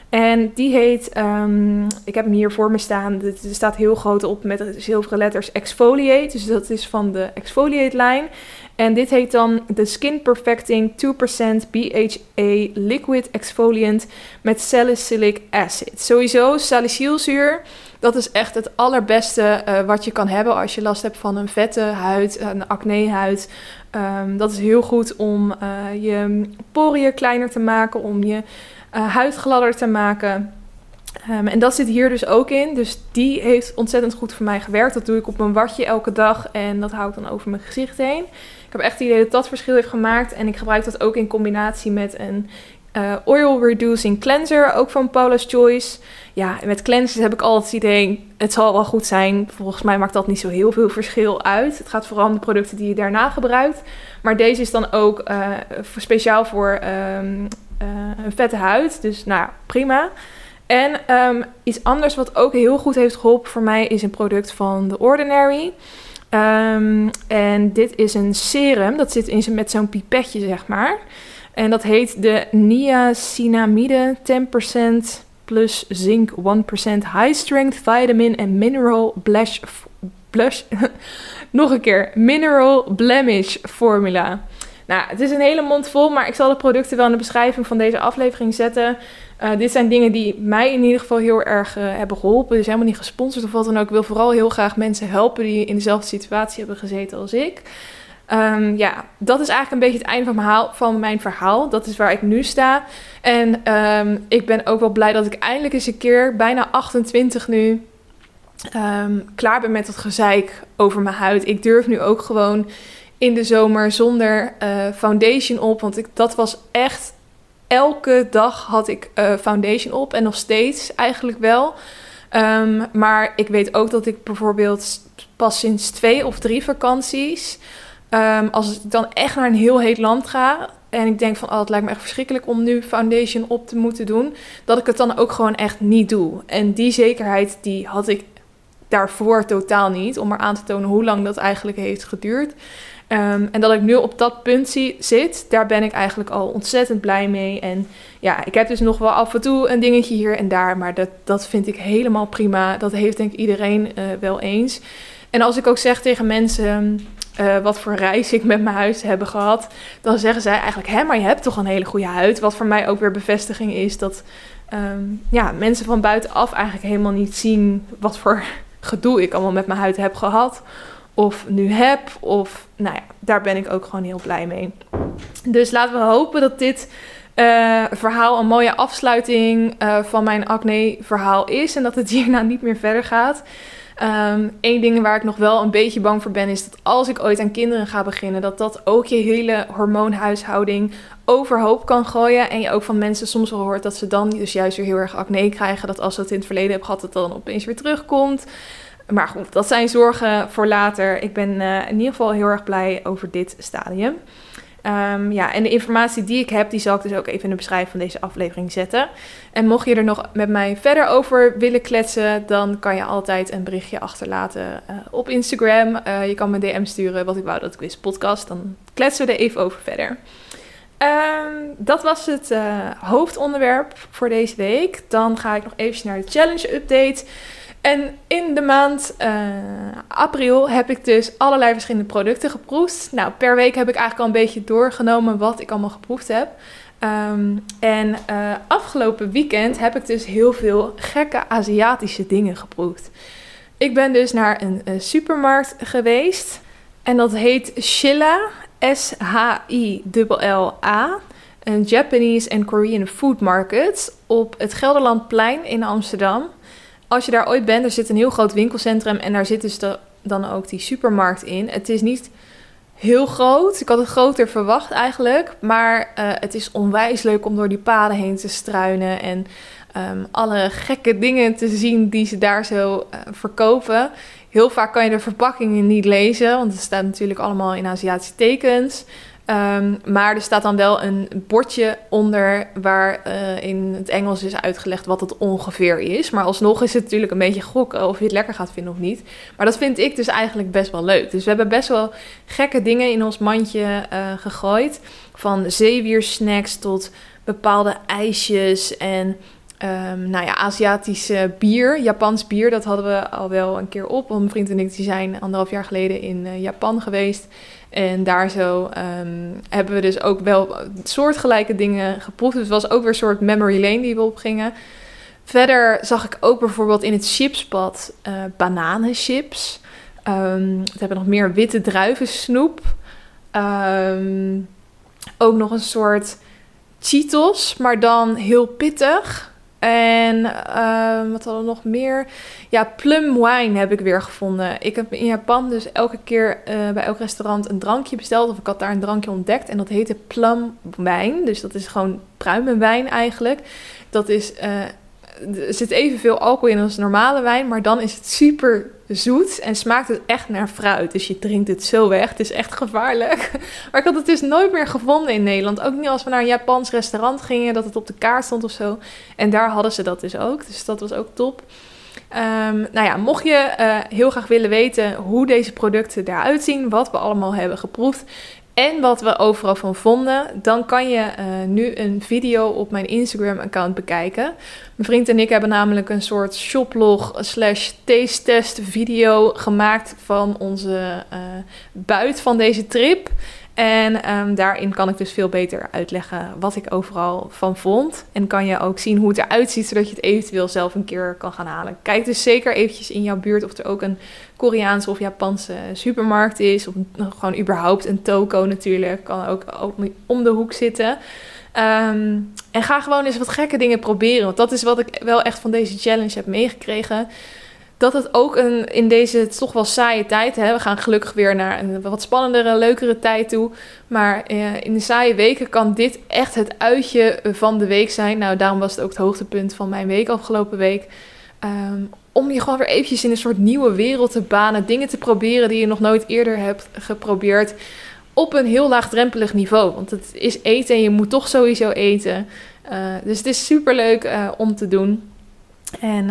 En die heet, ik heb hem hier voor me staan. Er staat heel groot op met zilveren letters Exfoliate. Dus dat is van de Exfoliate lijn. En dit heet dan de Skin Perfecting 2% BHA Liquid Exfoliant met salicylic acid. Sowieso salicylzuur, dat is echt het allerbeste wat je kan hebben als je last hebt van een vette huid, een acnehuid. Dat is heel goed om je poriën kleiner te maken, om je huid gladder te maken. En dat zit hier dus ook in. Dus die heeft ontzettend goed voor mij gewerkt. Dat doe ik op mijn watje elke dag en dat hou ik dan over mijn gezicht heen. Ik heb echt het idee dat dat verschil heeft gemaakt. En ik gebruik dat ook in combinatie met een oil reducing cleanser, ook van Paula's Choice. Ja, met cleansers heb ik altijd het idee, het zal wel goed zijn. Volgens mij maakt dat niet zo heel veel verschil uit. Het gaat vooral om de producten die je daarna gebruikt. Maar deze is dan ook speciaal voor een vette huid. Dus nou, prima. En iets anders wat ook heel goed heeft geholpen voor mij is een product van The Ordinary. En dit is een serum. Dat zit met zo'n pipetje, zeg maar. En dat heet de niacinamide 10% plus zinc 1% high strength vitamin en mineral blush nog een keer, mineral blemish formula. Nou, het is een hele mond vol, maar ik zal de producten wel in de beschrijving van deze aflevering zetten. Dit zijn dingen die mij in ieder geval heel erg hebben geholpen. Dus helemaal niet gesponsord of wat dan ook. Ik wil vooral heel graag mensen helpen die in dezelfde situatie hebben gezeten als ik. Ja, dat is eigenlijk een beetje het einde van mijn verhaal. Dat is waar ik nu sta. En ik ben ook wel blij dat ik eindelijk eens een keer, bijna 28 nu, klaar ben met het gezeik over mijn huid. Ik durf nu ook gewoon in de zomer zonder foundation op. Want dat was echt, elke dag had ik foundation op. En nog steeds eigenlijk wel. Maar ik weet ook dat ik bijvoorbeeld pas sinds 2 of 3 vakanties, als ik dan echt naar een heel heet land ga en ik denk van, het lijkt me echt verschrikkelijk om nu foundation op te moeten doen, dat ik het dan ook gewoon echt niet doe. En die zekerheid, die had ik daarvoor totaal niet, om maar aan te tonen hoe lang dat eigenlijk heeft geduurd. En dat ik nu op dat punt zit, daar ben ik eigenlijk al ontzettend blij mee. En ja, ik heb dus nog wel af en toe een dingetje hier en daar, maar dat vind ik helemaal prima. Dat heeft denk ik iedereen wel eens. En als ik ook zeg tegen mensen wat voor reis ik met mijn huid heb gehad, dan zeggen zij eigenlijk, maar je hebt toch een hele goede huid. Wat voor mij ook weer bevestiging is dat mensen van buitenaf eigenlijk helemaal niet zien wat voor gedoe ik allemaal met mijn huid heb gehad. Of nu heb, of nou ja, daar ben ik ook gewoon heel blij mee. Dus laten we hopen dat dit verhaal een mooie afsluiting van mijn acne verhaal is. En dat het hierna niet meer verder gaat. Eén ding waar ik nog wel een beetje bang voor ben, is dat als ik ooit aan kinderen ga beginnen, dat ook je hele hormoonhuishouding overhoop kan gooien. En je ook van mensen soms wel hoort dat ze dan dus juist weer heel erg acne krijgen. Dat als ze het in het verleden hebben gehad, dat dan opeens weer terugkomt. Maar goed, dat zijn zorgen voor later. Ik ben in ieder geval heel erg blij over dit stadium. En de informatie die ik heb, die zal ik dus ook even in de beschrijving van deze aflevering zetten. En mocht je er nog met mij verder over willen kletsen, dan kan je altijd een berichtje achterlaten op Instagram. Je kan me een DM sturen, wat ik wou dat ik wist, podcast. Dan kletsen we er even over verder. Dat was het hoofdonderwerp voor deze week. Dan ga ik nog even naar de challenge update. En in de maand april heb ik dus allerlei verschillende producten geproefd. Nou, per week heb ik eigenlijk al een beetje doorgenomen wat ik allemaal geproefd heb. Afgelopen weekend heb ik dus heel veel gekke Aziatische dingen geproefd. Ik ben dus naar een supermarkt geweest. En dat heet Shilla, S-H-I-L-L-A. Een Japanese en Korean food market op het Gelderlandplein in Amsterdam. Als je daar ooit bent, er zit een heel groot winkelcentrum en daar zit dus dan ook die supermarkt in. Het is niet heel groot. Ik had het groter verwacht eigenlijk. Maar het is onwijs leuk om door die paden heen te struinen en alle gekke dingen te zien die ze daar zo verkopen. Heel vaak kan je de verpakkingen niet lezen, want het staat natuurlijk allemaal in Aziatische tekens. Maar er staat dan wel een bordje onder waar in het Engels is uitgelegd wat het ongeveer is. Maar alsnog is het natuurlijk een beetje gokken of je het lekker gaat vinden of niet. Maar dat vind ik dus eigenlijk best wel leuk. Dus we hebben best wel gekke dingen in ons mandje gegooid. Van zeewiersnacks tot bepaalde ijsjes en Aziatische bier, Japans bier, dat hadden we al wel een keer op. Want mijn vriend en ik die zijn 1,5 jaar geleden in Japan geweest. En daar zo hebben we dus ook wel soortgelijke dingen geproefd. Dus het was ook weer een soort memory lane die we opgingen. Verder zag ik ook bijvoorbeeld in het chipspad bananenchips. We hebben nog meer witte druivensnoep. Ook nog een soort Cheetos, maar dan heel pittig. En wat hadden we nog meer? Ja, plum wine heb ik weer gevonden. Ik heb in Japan dus elke keer bij elk restaurant een drankje besteld. Of ik had daar een drankje ontdekt. En dat heette plum wijn. Dus dat is gewoon pruimenwijn eigenlijk. Dat is... Er zit evenveel alcohol in als normale wijn, maar dan is het super zoet en smaakt het echt naar fruit. Dus je drinkt het zo weg. Het is echt gevaarlijk. Maar ik had het dus nooit meer gevonden in Nederland. Ook niet als we naar een Japans restaurant gingen, dat het op de kaart stond of zo. En daar hadden ze dat dus ook. Dus dat was ook top. Mocht je heel graag willen weten hoe deze producten eruit zien, wat we allemaal hebben geproefd en wat we overal van vonden, dan kan je nu een video op mijn Instagram-account bekijken. Mijn vriend en ik hebben namelijk een soort shoplog/taste-test video gemaakt van onze buit van deze trip. En daarin kan ik dus veel beter uitleggen wat ik overal van vond. En kan je ook zien hoe het eruit ziet, zodat je het eventueel zelf een keer kan gaan halen. Kijk dus zeker eventjes in jouw buurt of er ook een Koreaanse of Japanse supermarkt is. Of gewoon überhaupt een toko natuurlijk. Kan ook om de hoek zitten. En ga gewoon eens wat gekke dingen proberen. Want dat is wat ik wel echt van deze challenge heb meegekregen. Dat het ook in deze toch wel saaie tijd... we gaan gelukkig weer naar een wat spannendere, leukere tijd toe. Maar in de saaie weken kan dit echt het uitje van de week zijn. Nou, daarom was het ook het hoogtepunt van mijn week afgelopen week. Om je gewoon weer eventjes in een soort nieuwe wereld te banen. Dingen te proberen die je nog nooit eerder hebt geprobeerd. Op een heel laagdrempelig niveau. Want het is eten en je moet toch sowieso eten. Dus het is superleuk om te doen. En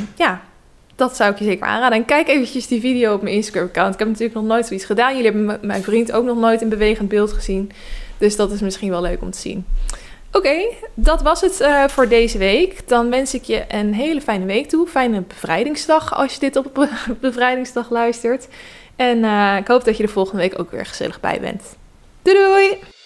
dat zou ik je zeker aanraden. En kijk eventjes die video op mijn Instagram-account. Ik heb natuurlijk nog nooit zoiets gedaan. Jullie hebben mijn vriend ook nog nooit in bewegend beeld gezien. Dus dat is misschien wel leuk om te zien. Oké, dat was het voor deze week. Dan wens ik je een hele fijne week toe. Fijne bevrijdingsdag als je dit op bevrijdingsdag luistert. En ik hoop dat je de volgende week ook weer gezellig bij bent. Doei doei!